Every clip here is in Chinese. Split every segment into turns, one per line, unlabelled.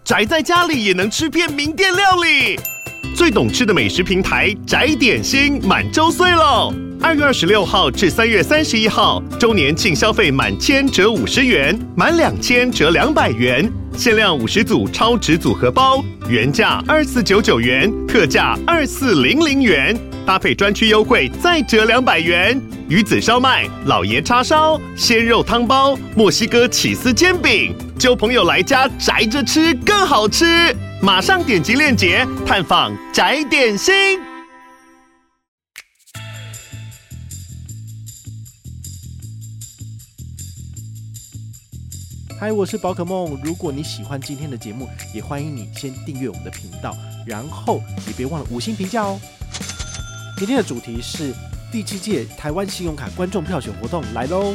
宅在家里也能吃遍名店料理。最懂吃的美食平台宅点心满周岁喽！2月26号至3月31号，周年庆消费满1000折50元，满2000折200元，限量50组超值组合包，原价2499元，特价2400元，搭配专区优惠再折200元。鱼子烧麦、老爷叉烧、鲜肉汤包、墨西哥起司煎饼，揪朋友来家宅着吃更好吃。马上点击链接探访宅点心。
嗨，我是宝可梦。如果你喜欢今天的节目，也欢迎你先订阅我们的频道，然后也别忘了5星评价哦。今天的主题是第7届台湾信用卡观众票选活动来喽。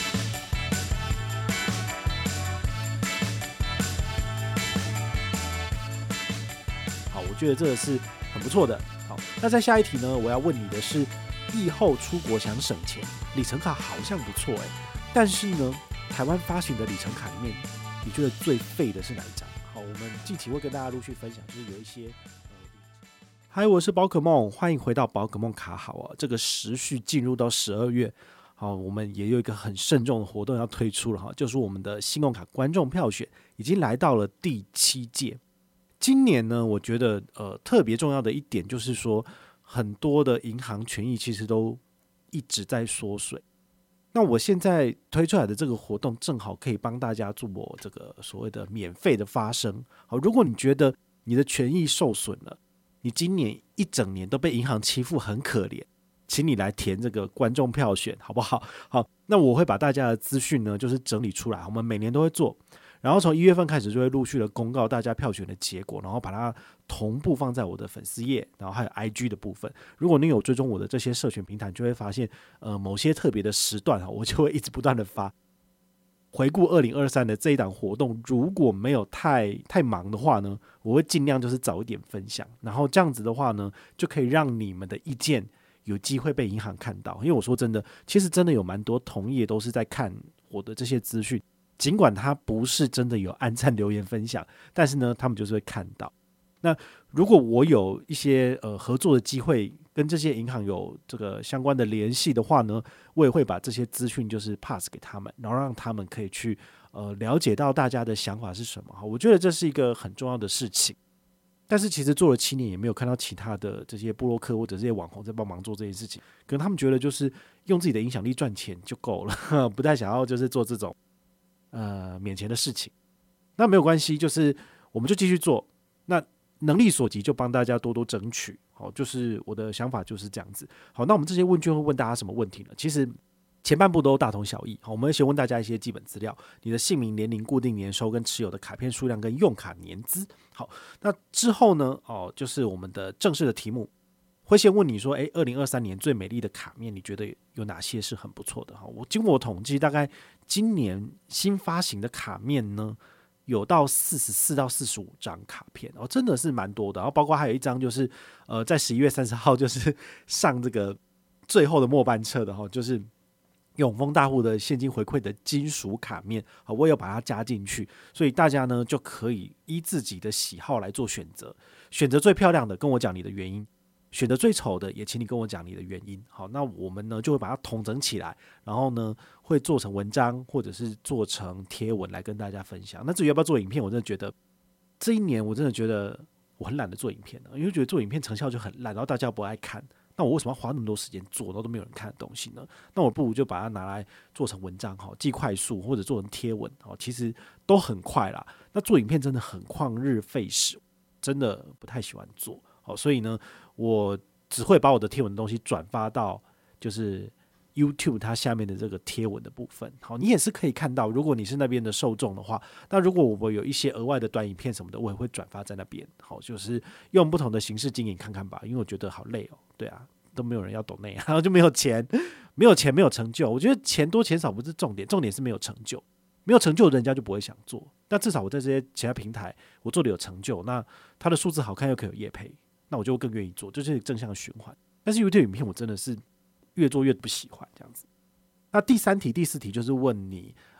好，我觉得这个是很不错的。好，那在下一题呢，我要问你的是，疫后出国想省钱，里程卡好像不错但是呢，台湾发行的里程卡里面，你觉得最废的是哪一张？好，我们近期会跟大家陆续分享，就是有一些嗨，我是宝可梦，欢迎回到宝可梦卡好这个时序进入到12月，好，我们也有一个很慎重的活动要推出了就是我们的信用卡观众票选已经来到了第7届。今年呢，我觉得特别重要的一点就是说，很多的银行权益其实都一直在缩水。那我现在推出来的这个活动，正好可以帮大家做这个所谓的免费的发声。好，如果你觉得你的权益受损了，你今年一整年都被银行欺负很可怜，请你来填这个观众票选好不好？好，那我会把大家的资讯呢，就是整理出来，我们每年都会做，然后从1月份开始就会陆续的公告大家票选的结果，然后把它同步放在我的粉丝页，然后还有 IG 的部分。如果你有追踪我的这些社群平台，就会发现某些特别的时段我就会一直不断的发。回顾2023的这一档活动，如果没有太忙的话呢，我会尽量就是早一点分享，然后这样子的话呢，就可以让你们的意见有机会被银行看到。因为我说真的，其实真的有蛮多同业都是在看我的这些资讯，尽管他不是真的有按赞留言分享，但是呢，他们就是会看到。那如果我有一些合作的机会，跟这些银行有这个相关的联系的话呢，我也会把这些资讯就是 pass 给他们，然后让他们可以去了解到大家的想法是什么。我觉得这是一个很重要的事情。但是其实做了7年，也没有看到其他的这些部落客或者这些网红在帮忙做这件事情，可能他们觉得就是用自己的影响力赚钱就够了，不太想要就是做这种免钱的事情。那没有关系，就是我们就继续做，那能力所及就帮大家多多争取。好，就是我的想法就是这样子。好，那我们这些问卷会问大家什么问题呢？其实前半部都大同小异。好，我们会先问大家一些基本资料，你的姓名、年龄、固定年收跟持有的卡片数量跟用卡年资。好，那之后呢，就是我们的正式的题目会先问你说，2023年最美丽的卡面，你觉得有哪些是很不错的？我经过我统计，大概今年新发行的卡面呢，有到44到45张卡片，真的是蛮多的。然后包括还有一张就是在11月30号就是上这个最后的末班车的就是永丰大户的现金回馈的金属卡面，我也有把它加进去，所以大家呢就可以依自己的喜好来做选择，选择最漂亮的跟我讲你的原因，选择最丑的也请你跟我讲你的原因。好，那我们呢就会把它统整起来，然后呢会做成文章或者是做成贴文来跟大家分享。那至于要不要做影片，我真的觉得这一年我真的觉得我很懒得做影片了，因为觉得做影片成效就很烂，然后大家不爱看。那我为什么要花那么多时间做，然后都没有人看的东西呢？那我不如就把它拿来做成文章，既快速，或者做成贴文，其实都很快啦。那做影片真的很旷日费时，真的不太喜欢做。所以呢，我只会把我的贴文的东西转发到就是 YouTube 它下面的这个贴文的部分。好，你也是可以看到，如果你是那边的受众的话，那如果我有一些额外的短影片什么的，我也会转发在那边。好，就是用不同的形式经营看看吧，因为我觉得好累对啊，都没有人要抖内，然后就没有钱，没有钱没有成就。我觉得钱多钱少不是重点，重点是没有成就。没有成就人家就不会想做，但至少我在这些其他平台我做的有成就，那它的数字好看又可以有业配，那我就更愿意做，就是正向循环。但是 YouTube 影片我真的是越做越不喜欢这样子。那第3题第4题就是问你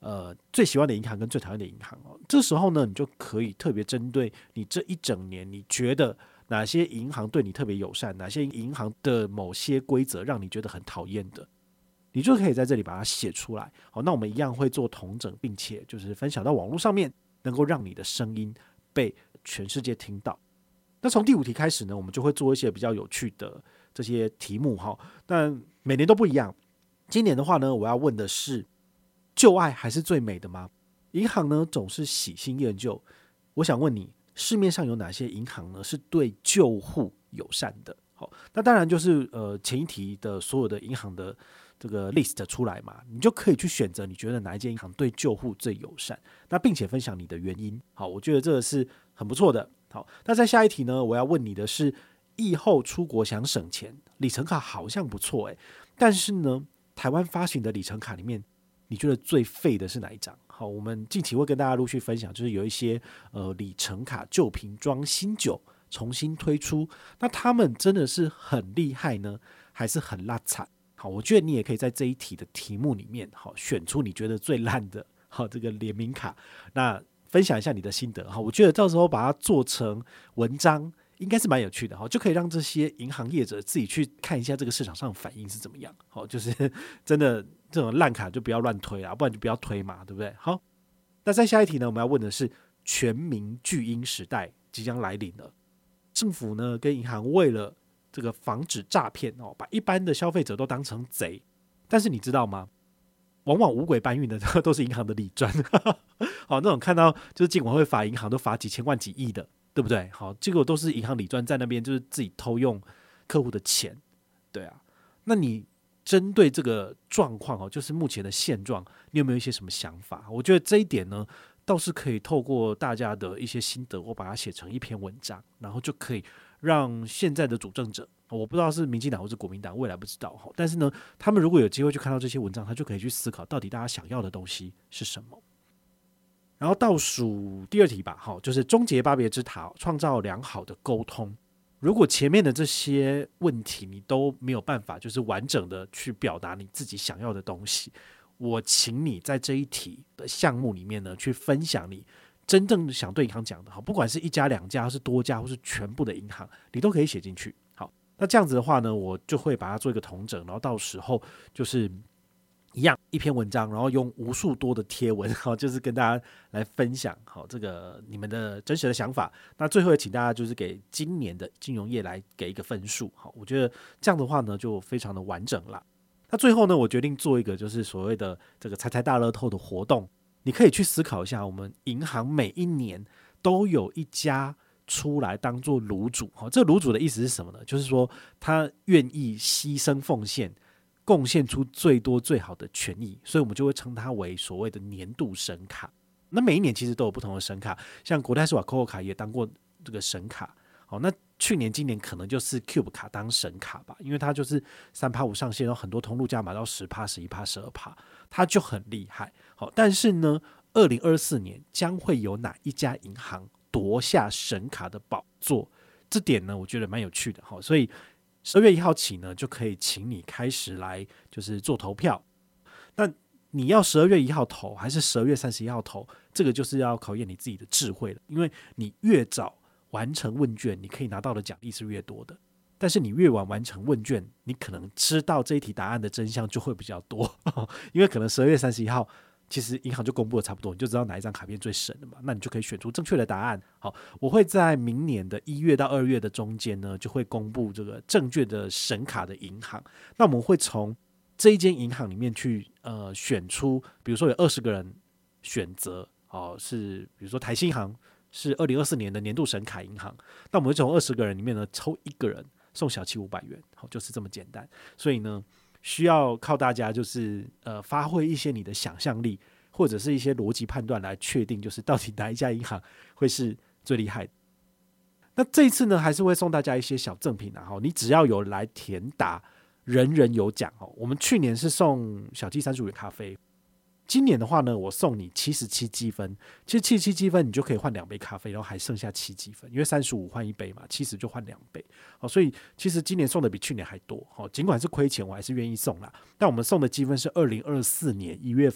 最喜欢的银行跟最讨厌的银行哦。这时候呢，你就可以特别针对你这一整年，你觉得哪些银行对你特别友善，哪些银行的某些规则让你觉得很讨厌的，你就可以在这里把它写出来。好，那我们一样会做统整，并且就是分享到网络上面，能够让你的声音被全世界听到。那从第5题开始呢，我们就会做一些比较有趣的这些题目哈，但每年都不一样。今年的话呢，我要问的是：旧爱还是最美的吗？银行呢总是喜新厌旧，我想问你，市面上有哪些银行呢是对旧户友善的？好，那当然就是前一题的所有的银行的这个 list 出来嘛，你就可以去选择你觉得哪一间银行对旧户最友善，那并且分享你的原因。好，我觉得这个是很不错的。好，那在下一题呢，我要问你的是：疫后出国想省钱，里程卡好像不错但是呢，台湾发行的里程卡里面，你觉得最废的是哪一张？好，我们近期会跟大家陆续分享，就是有一些里程卡旧瓶装新酒重新推出，那他们真的是很厉害呢，还是很烂惨？好，我觉得你也可以在这一题的题目里面，好，选出你觉得最烂的，好，这个联名卡，那分享一下你的心得。好，我觉得到时候把它做成文章，应该是蛮有趣的，就可以让这些银行业者自己去看一下这个市场上的反应是怎么样。好，就是真的这种烂卡就不要乱推啦，不然就不要推嘛，对不对？好，那在下一题呢，我们要问的是全民巨婴时代即将来临了，政府呢跟银行为了这个防止诈骗把一般的消费者都当成贼，但是你知道吗？往往五鬼搬运的都是银行的理专，好，那种看到就是金管会罚银行都罚几千万几亿的，对不对？好，结果都是银行理专在那边就是自己偷用客户的钱，对啊。那你针对这个状况就是目前的现状，你有没有一些什么想法？我觉得这一点呢，倒是可以透过大家的一些心得，我把它写成一篇文章，然后就可以让现在的主政者，我不知道是民进党或是国民党，未来不知道，但是呢，他们如果有机会去看到这些文章，他就可以去思考到底大家想要的东西是什么。然后倒数第2题吧，就是终结巴别之塔，创造良好的沟通。如果前面的这些问题你都没有办法就是完整的去表达你自己想要的东西，我请你在这一题的项目里面呢，去分享你真正想对银行讲的，不管是1家2家，或是多家，或是全部的银行，你都可以写进去。好，那这样子的话呢，我就会把它做一个统整，然后到时候就是一样一篇文章，然后用无数多的贴文，就是跟大家来分享好这个你们的真实的想法。那最后也请大家就是给今年的金融业来给一个分数。好，我觉得这样的话呢，就非常的完整了。那最后呢，我决定做一个就是所谓的这个猜猜大乐透的活动，你可以去思考一下，我们银行每一年都有一家出来当做卤煮。这个卤煮的意思是什么呢？就是说他愿意牺牲奉献，贡献出最多最好的权益，所以我们就会称它为所谓的年度神卡。那每一年其实都有不同的神卡，像国泰世华 COCO 卡也当过这个神卡。好，那去年今年可能就是 Cube 卡当神卡吧，因为它就是 3%5 上限，然后很多通路价买到 10%、11%、12%，它就很厉害。好，但是呢2024年将会有哪一家银行夺下神卡的宝座？这点呢我觉得蛮有趣的。好，所以12月1号起呢，就可以请你开始来就是做投票。那你要12月1号投还是12月31号投，这个就是要考验你自己的智慧了。因为你越早完成问卷，你可以拿到的奖励是越多的，但是你越晚完成问卷，你可能知道这一题答案的真相就会比较多。因为可能12月31号其实银行就公布了差不多，你就知道哪一张卡片最神了嘛，那你就可以选出正确的答案。好，我会在明年的1月到2月的中间呢，就会公布这个证券的神卡的银行。那我们会从这一间银行里面去选出，比如说有20个人选择，是比如说台新银行是2024年的年度神卡银行，那我们会从20个人里面呢抽1个人送小七500元，好，就是这么简单。所以呢，需要靠大家就是发挥一些你的想象力，或者是一些逻辑判断来确定，就是到底哪一家银行会是最厉害的。那这一次呢，还是会送大家一些小赠品啊，你只要有来填答，人人有奖。我们去年是送小鸡35元咖啡，今年的话呢，我送你77积分。其实77积分你就可以换2杯咖啡，然后还剩下7积分，因为35换1杯嘛，70就换2杯。所以其实今年送的比去年还多。尽管是亏钱，我还是愿意送啦。但我们送的积分是2024年1月份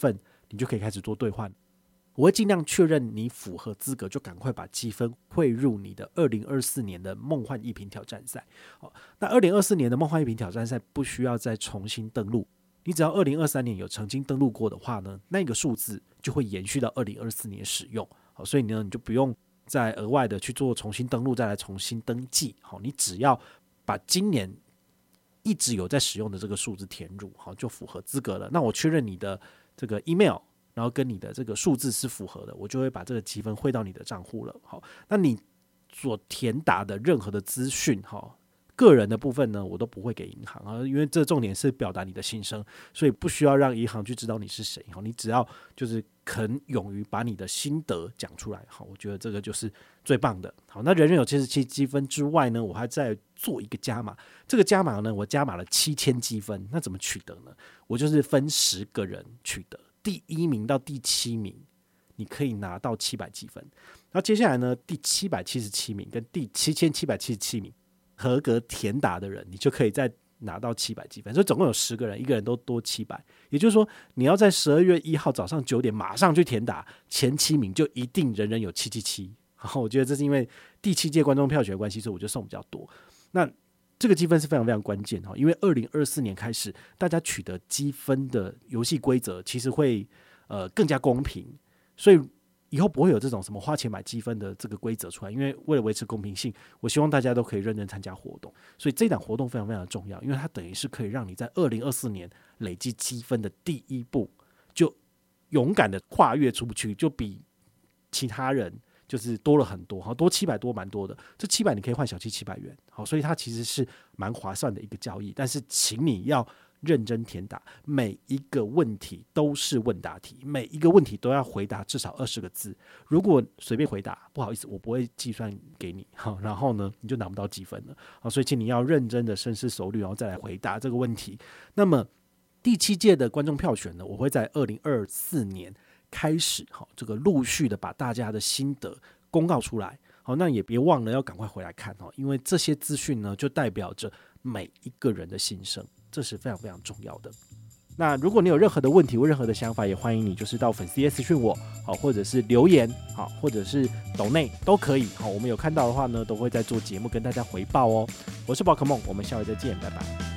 你就可以开始做兑换。我会尽量确认你符合资格，就赶快把积分汇入你的2024年的梦幻一品挑战赛。那2024年的梦幻一品挑战赛不需要再重新登录，你只要2023年有曾经登录过的话呢，那个数字就会延续到2024年使用。所以呢，你就不用再额外的去做重新登录，再来重新登记。你只要把今年一直有在使用的这个数字填入，就符合资格了。那我确认你的这个 email，然后跟你的这个数字是符合的，我就会把这个积分汇到你的账户了。好，那你所填答的任何的资讯，个人的部分呢，我都不会给银行啊，因为这重点是表达你的心声，所以不需要让银行去知道你是谁。你只要就是肯勇于把你的心得讲出来，我觉得这个就是最棒的。好，那人人有77积分之外呢，我还再做一个加码。这个加码呢，我加码了7000积分。那怎么取得呢？我就是分10个人取得。第1名到第7名，你可以拿到700积分。然后接下来呢，第777名跟第7777名合格填答的人，你就可以再拿到700积分。所以总共有10个人，一个人都多700。也就是说，你要在12月1号早上9点马上去填答，前7名就一定人人有777。好，我觉得这是因为第7届观众票选的关系，所以我就送比较多。那这个积分是非常非常关键，因为2024年开始，大家取得积分的游戏规则其实会更加公平，所以以后不会有这种什么花钱买积分的这个规则出来。因为为了维持公平性，我希望大家都可以认真参加活动，所以这档活动非常非常的重要，因为它等于是可以让你在2024年累积积分的第一步，就勇敢的跨越出去，就比其他人就是多了很多，多700多蛮多的，这700你可以换小七700元，好，所以它其实是蛮划算的一个交易。但是请你要认真填答，每一个问题都是问答题，每一个问题都要回答至少20个字。如果随便回答，不好意思，我不会计算给你，然后呢，你就拿不到积分了。所以请你要认真的深思熟虑，然后再来回答这个问题。那么第7届的观众票选呢，我会在2024年开始，这个陆续的把大家的心得公告出来。好，那也别忘了要赶快回来看，因为这些资讯呢，就代表着每一个人的心声，这是非常非常重要的。那如果你有任何的问题或任何的想法，也欢迎你就是到粉丝页私讯我，或者是留言，或者是抖内都可以。我们有看到的话呢，都会在做节目跟大家回报哦。我是宝可梦，我们下回再见，拜拜。